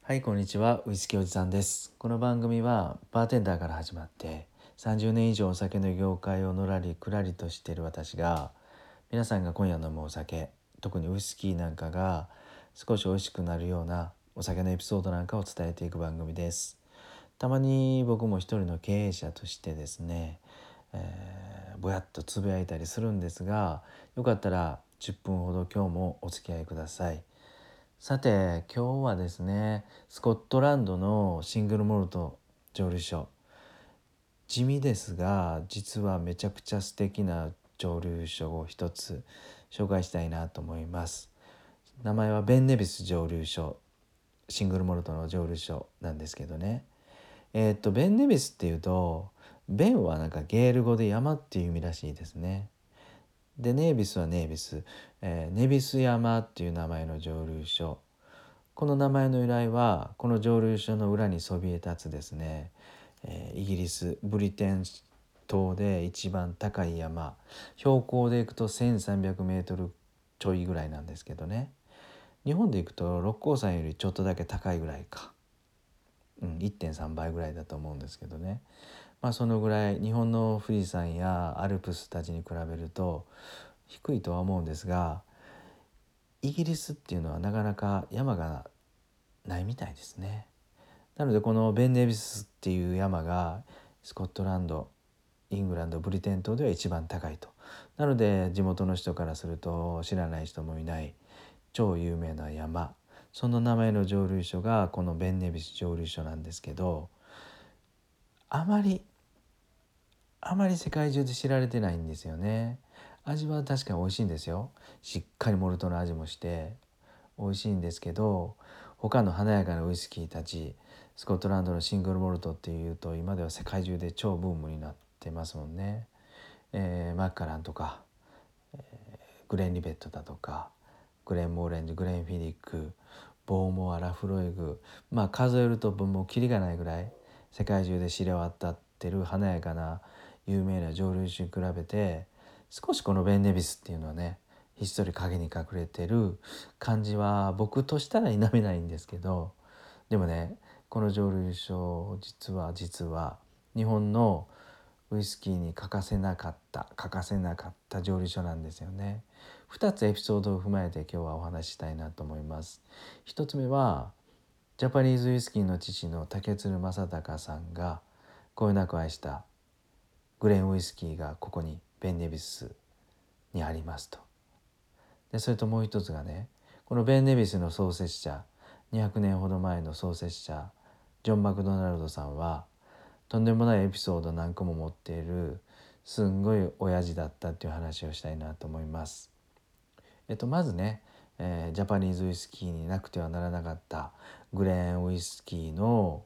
はい、こんにちは。ウイスキーおじさんです。この番組はバーテンダーから始まって30年以上お酒の業界をのらりくらりとしている私が、皆さんが今夜飲むお酒、特にウイスキーなんかが少し美味しくなるようなお酒のエピソードなんかを伝えていく番組です。たまに僕も一人の経営者としてですね、ぼやっとつぶやいたりするんですが、よかったら10分ほど今日もお付き合いください。さて今日はですね、スコットランドのシングルモルト蒸留所、地味ですが実はめちゃくちゃ素敵な蒸留所を一つ紹介したいなと思います。名前はベンネビス蒸留所、シングルモルトの蒸留所なんですけどね。ベンネビスっていうと、ベンはなんかゲール語で山っていう意味らしいですね。でネービスはネービス、ネビス山っていう名前の蒸留所。この名前の由来はこの蒸留所の裏にそびえ立つですね、イギリスブリテン島で一番高い山、標高でいくと1300メートルちょいぐらいなんですけどね、日本でいくと六甲山よりちょっとだけ高いぐらいか、1.3倍ぐらいだと思うんですけどね。そのぐらい日本の富士山やアルプスたちに比べると低いとは思うんですが、イギリスっていうのはなかなか山がないみたいですね。なのでこのベンネビスっていう山がスコットランド、イングランド、ブリテン島では一番高いと。なので地元の人からすると知らない人もいない超有名な山、その名前の蒸留所がこのベンネビス蒸留所なんですけど、あまり世界中で知られてないんですよね。味は確かに美味しいんですよ。しっかりモルトの味もして美味しいんですけど、他の華やかなウイスキーたち、スコットランドのシングルモルトっていうと今では世界中で超ブームになってますもんね。マッカランとか、グレンリベットだとか、グレンモーレンジ、グレンフィニック、ボーモア、ラフロイグ、数えるともうキリがないぐらい世界中で知れ渡ってる華やかな有名な蒸留酒に比べて、少しこのベンネビスっていうのはね、ひっそり影に隠れてる感じは僕としたら否めないんですけど、でもね、この蒸留所実は日本のウイスキーに欠かせなかった蒸留所なんですよね。2つエピソードを踏まえて今日はお話ししたいなと思います。1つ目はジャパニーズウイスキーの父の竹鶴正隆さんがこよなく愛したグレンウイスキーがここにベンネビスにありますと。でそれともう一つがね、このベンネビスの創設者、200年ほど前の創設者ジョン・マクドナルドさんはとんでもないエピソード何個も持っているすんごい親父だったっていう話をしたいなと思います。まずね、ジャパニーズウイスキーになくてはならなかったグレーンウイスキーの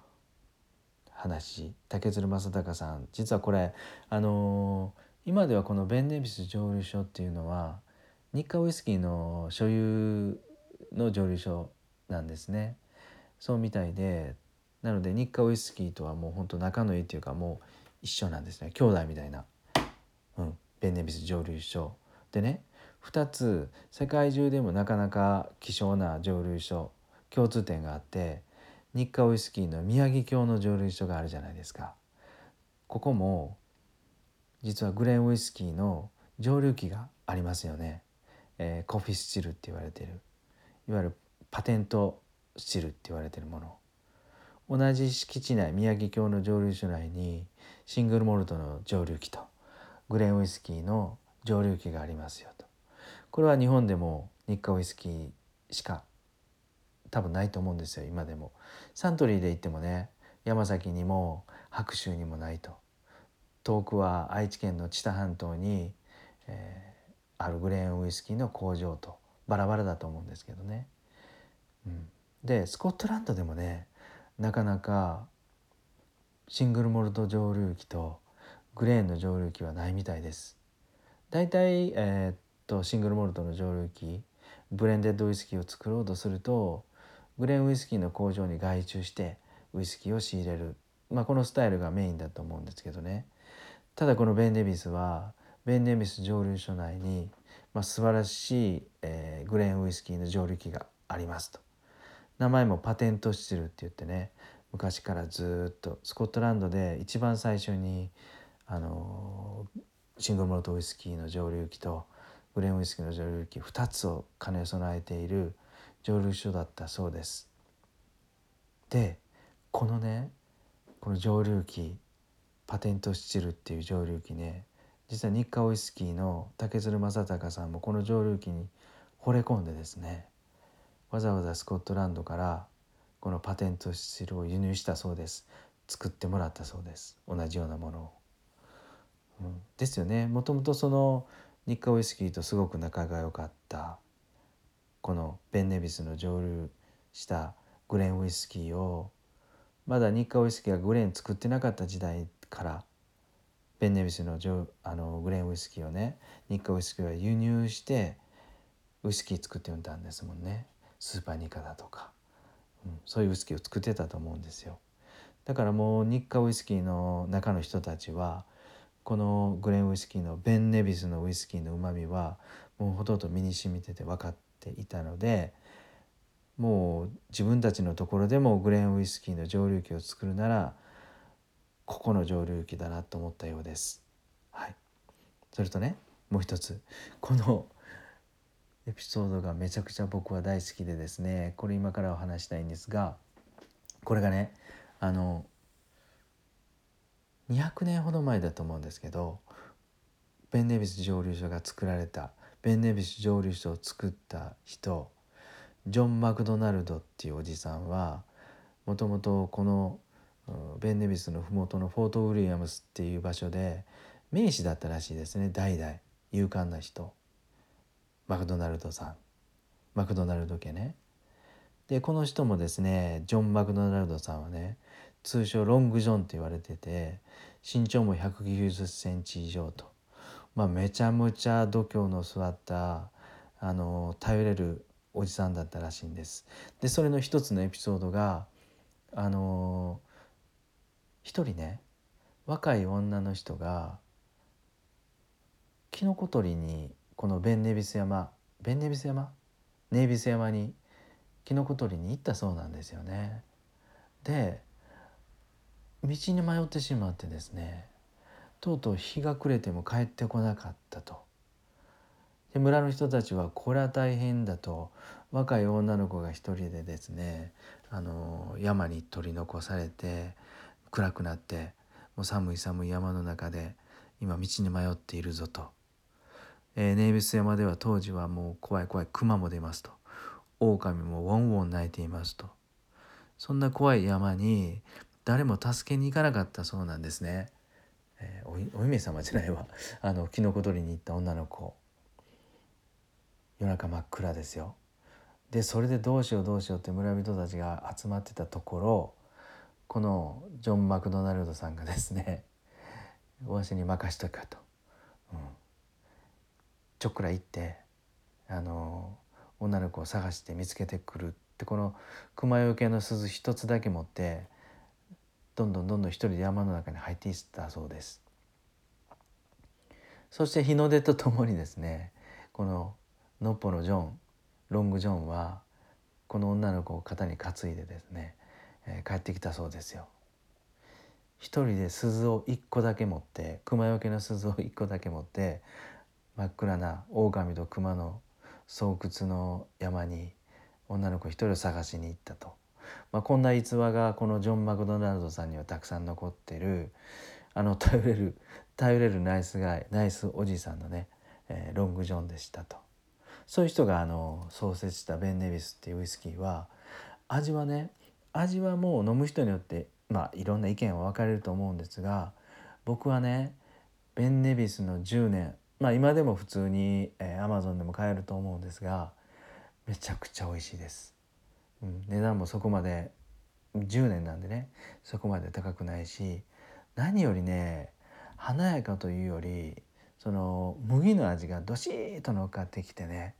話、竹鶴正隆さん、実はこれ今ではこのベンネビス蒸留所っていうのは日課ウイスキーの所有の蒸留所なんですね。そうみたいで、なので日課ウイスキーとはもう本当仲のいいっていうか、もう一緒なんですね、兄弟みたいな、ベンネビス蒸留所でね、2つ世界中でもなかなか希少な蒸留所共通点があって、日課ウイスキーの宮城郷の蒸留所があるじゃないですか。ここも実はグレンウイスキーの蒸留機がありますよね。コフィスチルって言われてる、いわゆるパテントスチルって言われてるもの、同じ敷地内、宮城郷の蒸留所内にシングルモルトの蒸留機とグレンウイスキーの蒸留機がありますよと。これは日本でも日課ウイスキーしか多分ないと思うんですよ、今でも。サントリーで言ってもね、山崎にも白州にもないと。遠くは愛知県の知多半島に、あるグレーンウイスキーの工場とバラバラだと思うんですけどね。でスコットランドでもね、なかなかシングルモルト蒸留機とグレーンの蒸留機はないみたいです。だいたいシングルモルトの蒸留機、ブレンデッドウイスキーを作ろうとするとグレーンウイスキーの工場に外注してウイスキーを仕入れる、このスタイルがメインだと思うんですけどね。ただこのベンネビスはベンネビス蒸留所内に、素晴らしい、グレーンウイスキーの蒸留機がありますと。 名前もパテントスチルって言ってね、昔からずっとスコットランドで一番最初にシングルモルトウイスキーの蒸留機とグレーンウイスキーの蒸留機2つを兼ね備えている蒸留所だったそうです。でこの蒸留機パテントスチルっていう蒸留機ね、実は日課ウイスキーの竹鶴正隆さんもこの蒸留機に惚れ込んでですね、わざわざスコットランドからこのパテントスチルを輸入したそうです。作ってもらったそうです、同じようなものを。ですよね。もともとその日課ウイスキーとすごく仲が良かったこのベン・ネビスの蒸留したグレーンウイスキーを、まだ日課ウイスキーがグレーン作ってなかった時代からベン・ネビスのグレーンウイスキーをね、日課ウイスキーは輸入してウイスキー作ってみたんですもんね。スーパーニカだとか、そういうウイスキーを作ってたと思うんですよ。だからもう日課ウイスキーの中の人たちはこのグレーンウイスキーのベン・ネビスのウイスキーのうまみはもうほとんど身に染みてて分かっていたので、もう自分たちのところでもグレーンウイスキーの蒸留機を作るならここの蒸留機だなと思ったようです。はい、それとね、もう一つこのエピソードがめちゃくちゃ僕は大好きでですね、これ今からお話したいんですが、これがね200年ほど前だと思うんですけど、ベン・ネビス蒸留所が作られた、ベン・ネビス蒸留所を作った人、ジョン・マクドナルドっていうおじさんはもともとこのベン・ネビスの麓のフォートウィリアムスっていう場所で名士だったらしいですね。代々勇敢な人、マクドナルドさん、マクドナルド家ね。でこの人もですね、ジョン・マクドナルドさんはね、通称ロングジョンって言われてて、身長も190センチ以上と、めちゃめちゃ度胸の座った頼れるおじさんだったらしいんです。でそれの一つのエピソードが一人ね、若い女の人がキノコ採りにこのベンネビス山ベンネビス山ネイビス山にキノコ採りに行ったそうなんですよね。で道に迷ってしまってですね、とうとう日が暮れても帰ってこなかったと。で村の人たちはこれは大変だと、若い女の子が一人でですね山に取り残されて暗くなって、もう寒い寒い山の中で今道に迷っているぞと、ネイビス山では当時はもう怖い怖い熊も出ますと、狼もウォンウォン鳴いていますと、そんな怖い山に誰も助けに行かなかったそうなんですね。お姫様じゃないわキノコ採りに行った女の子、夜中真っ暗ですよ。でそれでどうしようどうしようって村人たちが集まってたところ、このジョン・マクドナルドさんがですねわしに任しとけと、ちょっくら行って女の子を探して見つけてくるって、この熊よけの鈴一つだけ持ってどんどんどんどん一人で山の中に入っていったそうです。そして日の出とともにですね、こののっぽのジョン、ロングジョンはこの女の子を肩に担いでですね、帰ってきたそうですよ。一人で鈴を一個だけ持って、熊よけの鈴を一個だけ持って真っ暗な狼と熊の巣窟の山に女の子一人を探しに行ったと、こんな逸話がこのジョン・マクドナルドさんにはたくさん残ってる、頼れるナイスガイ、ナイスおじさんのね、ロングジョンでしたと。そういう人が創設したベン・ネビスっていうウイスキーは、味はもう飲む人によっていろんな意見は分かれると思うんですが、僕はねベン・ネビスの10年、今でも普通にAmazon でも買えると思うんですが、めちゃくちゃ美味しいです。値段もそこまで10年なんでね、そこまで高くないし、何よりね華やかというよりその麦の味がどしーっと乗っかってきてね、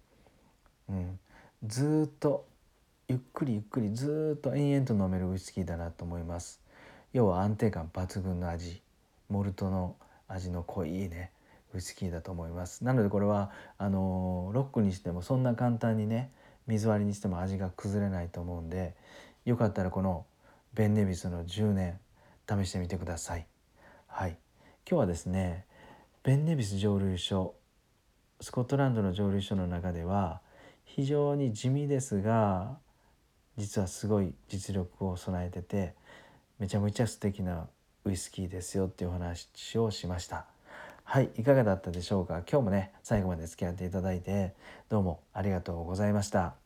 ずっとゆっくりゆっくりずっと延々と飲めるウイスキーだなと思います。要は安定感抜群の味、モルトの味の濃いねウイスキーだと思います。なのでこれはロックにしてもそんな簡単にね水割りにしても味が崩れないと思うんで、よかったらこのベン・ネビスの10年試してみてください。はい、今日はですね、ベン・ネビス蒸留所、スコットランドの蒸留所の中では非常に地味ですが、実はすごい実力を備えてて、めちゃめちゃ素敵なウイスキーですよっていうお話をしました。はい、いかがだったでしょうか。今日もね、最後まで付き合っていただいてどうもありがとうございました。